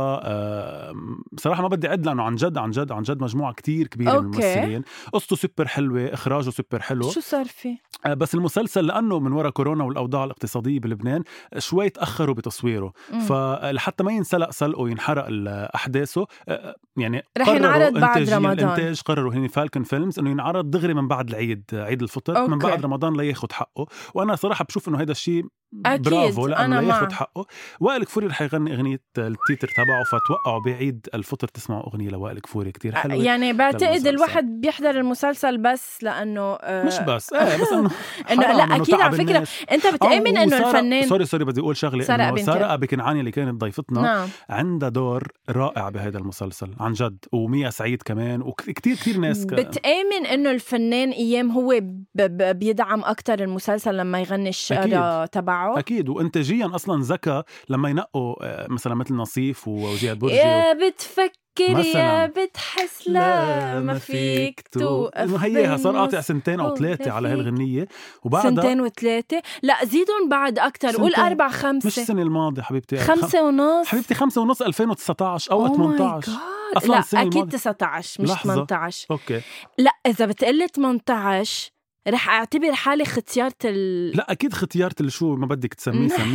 آه بصراحه ما بدي اعد لانه عن جد عن جد عن جد مجموعه كتير كبيره أوكي. من الممثلين. قصته سوبر حلوه، اخراجه سوبر حلو. شو صار فيه؟ آه بس المسلسل لانه من وراء كورونا والاوضاع الاقتصاديه بلبنان شوي تاخروا بتصويره، فلحتى ما ينسلق سلقه ينحرق احداثه، آه يعني رح ينعرض بعد إنتاج رمضان. الانتاج قرروا هني فالكون فيلمز انه ينعرض دغري من بعد العيد، عيد الفطر. أوكي. من بعد رمضان لياخد حقه، وانا صراحه بشوف انه هذا الشيء برافو لانه لياخد حقه. وائل كفوري رح يغني اغنيه التيتر تبعه، فتوقعوا بعيد الفطر تسمعوا اغنيه لوائل كفوري كتير حلوه. يعني بعتقد الواحد بيحضر المسلسل بس لانه آه مش بس آه بس انه انه لا اكيد على فكره الناس. انت بتامن انه الفنان سوري سوري بدي اقول شغله، انه ساره بكنعاني اللي كانت ضيفتنا نعم. عندها دور رائع بهذا المسلسل عن جد، وميا سعيد كمان، وكتير كتير ناس. ك... بتامن انه الفنان ايام هو ب... ب... بيدعم اكتر المسلسل لما يغني الشعر تبعه اكيد، وانتاجيا اصلا ذكى لما ينقوا مثلا مثل نصيف وزياد برجي يا و... بتفكر يا بتحس لا ما فيك تو انه هيها صار قاطع سنتين او ثلاثه على هالغنيه، وبعدها سنتين وثلاثه لا زيدون بعد اكتر، قول اربع خمسه. مش السنه الماضيه حبيبتي، خمسة ونص حبيبتي، خمسة ونص ألفين وتسعطعش او oh ثمانية عشر. لا اكيد تسعطعش مش ثمانية عشر. اوكي لا اذا بتقلي ثمانية عشر رح اعتبر حالي ختيارة ال... لا اكيد ختيارة الشو ما بدك تسميه سميه.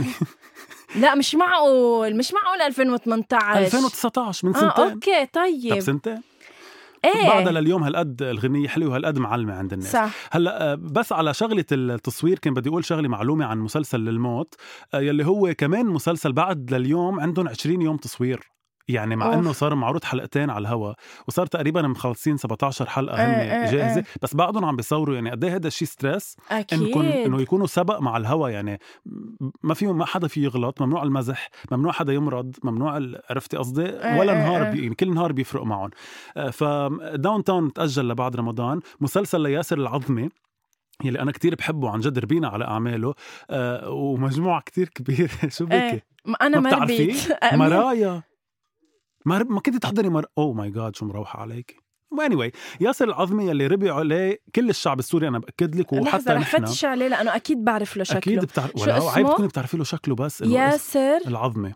لا مش معقول مش معقول ألفين وثمانية عشر ألفين وتسعطعش من سنتين. آه اوكي طيب طب سنتين ايه بعدها لليوم هالقد الغنية حلوة وهالقد معلمة عند الناس. صح. هلا بس على شغلة التصوير كان بدي أقول شغلة معلومة عن مسلسل للموت يلي هو كمان مسلسل بعد لليوم عندهم عشرين يوم تصوير، يعني مع أوه. إنه صار معروض حلقتين على الهوا وصار تقريبا مخلصين سبعة عشر حلقة هن جاهزة، بس بعدهم عم بيصوروا. يعني قد ايه هذا الشيء ستريس أكيد إنه يكونوا سبق مع الهوا، يعني ما فيهم ما حدا فيه يغلط، ممنوع المزح، ممنوع حدا يمرض، ممنوع عرفتي قصدي، ولا نهار بي... يعني كل نهار بيفرق معهم. فداون تاون تأجل لبعد رمضان. مسلسل لياسر العظمي يلي أنا كتير بحبه عن جد، ربينا على أعماله أه ومجموعة كتير كبيرة. شو بكي أنا ما ربيت مرايا ما ما كنت تحضري مر اوه ماي جاد شو مروحه عليك. anyway ياسر العظمي اللي ربي عليه كل الشعب السوري انا باكد لك، وحتى نحن فتش عليه لانه اكيد بعرف له شكله. اكيد بتعرف ولا عيب تكوني بتعرفي له شكله، بس ياسر العظمي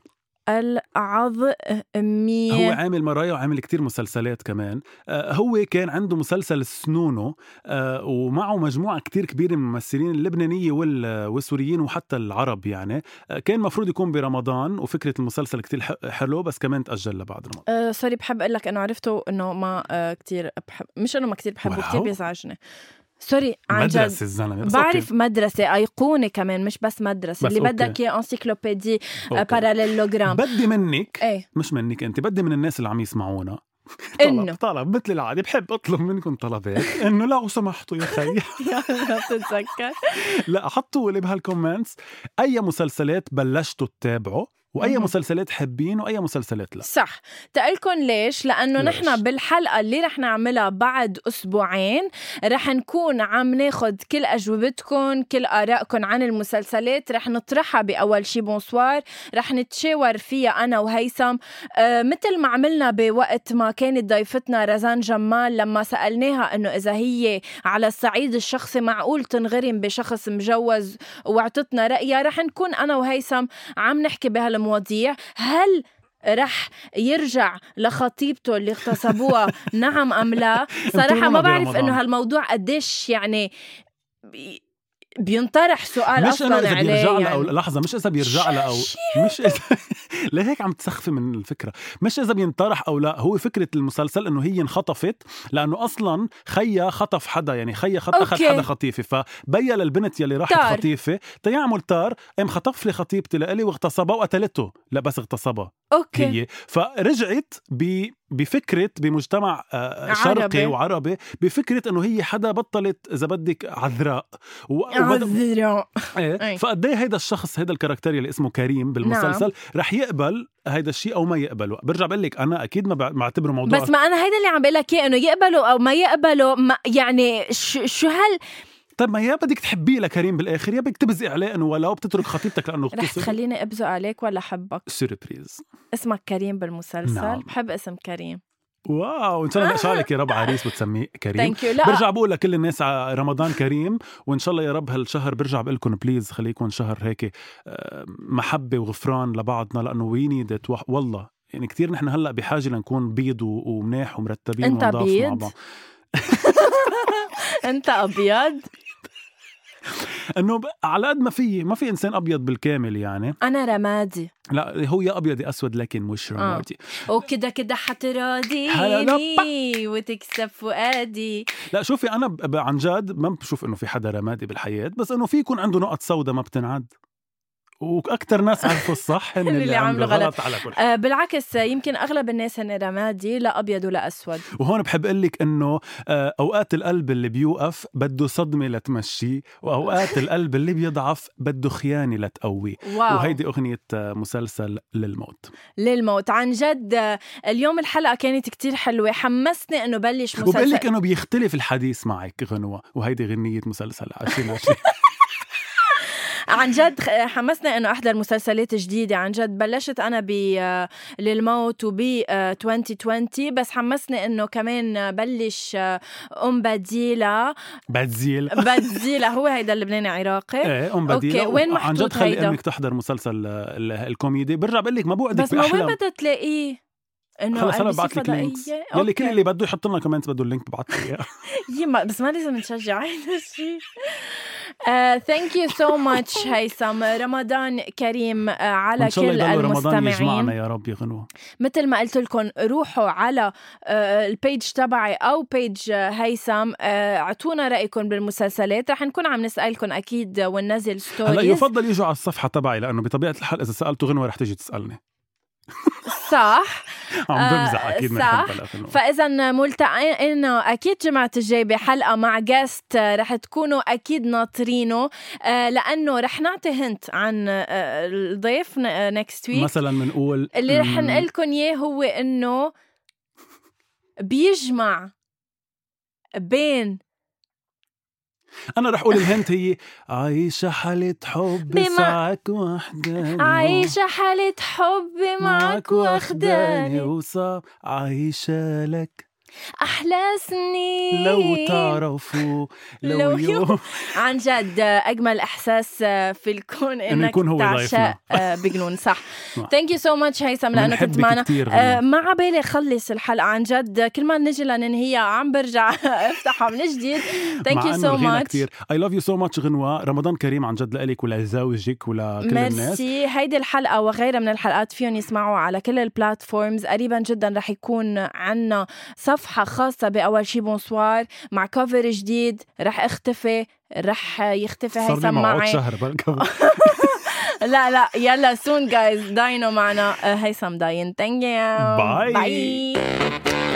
العظمي هو عامل مرايا وعامل كتير مسلسلات كمان. آه هو كان عنده مسلسل سنونو آه ومعه مجموعة كتير كبيرة من الممثلين اللبنانية والسوريين وحتى العرب. يعني آه كان مفروض يكون برمضان، وفكرة المسلسل كتير حلو بس كمان تأجل لبعد رمضان. آه سوري بحب أقول لك أنه عرفته أنه ما آه كتير بحب، مش أنه ما كتير بحبه، كتير بيزعجني. سوري عن جد مدرسة الزلمة، بعرف أوكي. مدرسة أيقونة كمان، مش بس مدرسة بس اللي أوكي. بدك يا انسيكلوبيدي باراليلوجرام. بدي منك ايه؟ مش منك انت، بدي من الناس اللي عم يسمعونا إنه طلب مثل العادة، بحب أطلب منكم طلبات إنه لو سمحتوا يا خي لا تتذكر لا حطوا لي بهالكومنتس أي مسلسلات بلشتوا تتابعوا وأي م- مسلسلات حابين وأي مسلسلات لا. صح تقلكن ليش؟ لأنه ليش؟ نحن بالحلقة اللي رح نعملها بعد أسبوعين رح نكون عم ناخد كل أجوبتكم كل آرائكم عن المسلسلات، رح نطرحها بأول شي بونسوار، رح نتشاور فيها أنا وهيثم آه مثل ما عملنا بوقت ما كانت ضيفتنا رزان جمال لما سألناها أنه إذا هي على الصعيد الشخصي معقول تنغرم بشخص مجوز وعطتنا رأيها. رح نكون أنا وهيثم عم نحكي بهالمواضيع، هل رح يرجع لخطيبته اللي اغتصبوها نعم أم لا؟ صراحة ما بعرف إنه هالموضوع قديش يعني بينطرح سؤال مش أصلاً عليه بيرجع يعني. أو لحظة مش إذا بيرجع له أو مش إذا ليه هيك عم تسخفي من الفكرة؟ مش إذا بينطرح أو لا، هو فكرة المسلسل إنه هي انخطفت لأنه أصلاً خيا خطف حدا، يعني خيا خط أخذ حدا خطيفة، فبيا للبنت يلي راحت خطيفة تيعمل تار، ام خطف لي خطيبتي لإلي واغتصبها وقتلته. لا بس اغتصبها أوكي. هي فرجعت ب بفكرة بمجتمع شرقي عربي. وعربي بفكرة انه هي حدا بطلت اذا بدك عذراء و... عذراء ايه. فقديه هيدا الشخص هيدا الكاركتير اللي اسمه كريم بالمسلسل نعم. رح يقبل هيدا الشيء او ما يقبله. برجع بقول لك انا اكيد ما بعتبره موضوع، بس ما انا هيدا اللي عم بقول لك انه يقبله او ما يقبله ما يعني شو, شو هل طيب ما يا بدك تحبيه لكريم بالاخر يا بدك تبزق عليه انه ولو بتترك خطيبتك لانه اغتصب. رح تخليني ابزق عليك ولا حبك؟ سيربريز. اسمك كريم بالمسلسل نعم. بحب اسم كريم. واو ان شاء الله نقشع لك يا رب عريس بتسميه كريم. برجع بقول لكل الناس رمضان كريم وان شاء الله يا رب هالشهر برجع بقول لكم بليز خليكم شهر هيك محبه وغفران لبعضنا لانه وي نيد ات والله يعني كتير نحن هلا بحاجه لنكون بيض ومناح ومرتبين ونضاف مع بعض. انت ابيض انه على قد ما في ما في انسان ابيض بالكامل يعني. انا رمادي. لا هو يا ابيض يا اسود لكن مش رمادي. اه وكده كده حتراضيني وتكسب فؤادي. لا شوفي انا عن جد ما بشوف انه في حدا رمادي بالحياه، بس انه في يكون عنده نقط سوداء ما بتنعد، واكثر ناس عرفوا الصح هن اللي, اللي عملوا غلط, غلط على كل آه بالعكس يمكن اغلب الناس هن رمادي لا ابيض ولا اسود. وهون بحب اقول لك انه آه اوقات القلب اللي بيوقف بده صدمه لتمشيه، واوقات القلب اللي بيضعف بده خيانه لتقويه. وهيدي اغنيه آه مسلسل للموت. للموت عن جد. آه اليوم الحلقه كانت كتير حلوه، حمسني انه بلش مسلسل. وبقول لك انه بيختلف الحديث معك غنوه، وهيدي غنيه مسلسل عشرين عشرين. عن جد حمسنا انه احضر مسلسلات جديده. عن جد بلشت انا ب للموت وب عشرين عشرين، بس حمسني انه كمان بلش ام بديله. بدزيل بدزيله هو هيدا اللبناني عراقي. ايه ام بديله. وين محطوط عن جد خلي انك تحضر مسلسل الكوميدي. برجع بقول لك ما بوعدك بس ما وين بدها تلاقيه انه خلص انا بعت لك لينكس يلي كل اللي بده يحط لنا كمان بده اللينك ببعث لي اياه. يما بس ما لازم نشجع هذا الشيء. ثانك يو سو ماتش هيثم. رمضان كريم uh, على كل المستمعين يا رب يا غنوة. مثل ما قلت لكم روحوا على uh, البيج تبعي او بيج هيثم، اعطونا uh, رايكم بالمسلسلات. رح نكون عم نسالكم اكيد وننزل ستوريز. هلا يفضل يجوا على الصفحه تبعي لانه بطبيعه الحال اذا سالته غنوة رح تيجي تسالني. صح عم بمزح اكيد. صح. فاذا ملتقينا اكيد جمعة الجاي بحلقه مع جاست رح تكونوا اكيد ناطرينه، لانه رح نعطي هنت عن الضيف نيكست ويك. مثلا بنقول اللي رح نقول لكم اياه هو انه بيجمع بين، أنا رح أقول الهنت هي عايشة حالة حب معك وحداني. عايشة حالة حب معك وحداني وصعب عايشة لك أحلى سنين لو تعرفوا لو, لو يوم. عن جد أجمل إحساس في الكون إنك تعشق بجنون. صح. Thank you so much هيثم لأنه كنت معنا. ما عبالي خلص الحلقة عن جد، كل ما نجي لننهيها عم برجع افتحها من جديد. Thank you so much. I love you so much غنوة. رمضان كريم عن جد لإلك ولزوجك ولكل الناس. ميرسي. هيدي الحلقة وغيرها من الحلقات فيهم يسمعوا على كل البلاتفورمز. قريبا جدا رح يكون عنا صفحة خاصة بأول شي بونسوار مع كوفر جديد. رح اختفي رح يختفي هيثم معي. لا لا يلا soon guys داينو معنا هيثم داين. Thank you. باي. باي.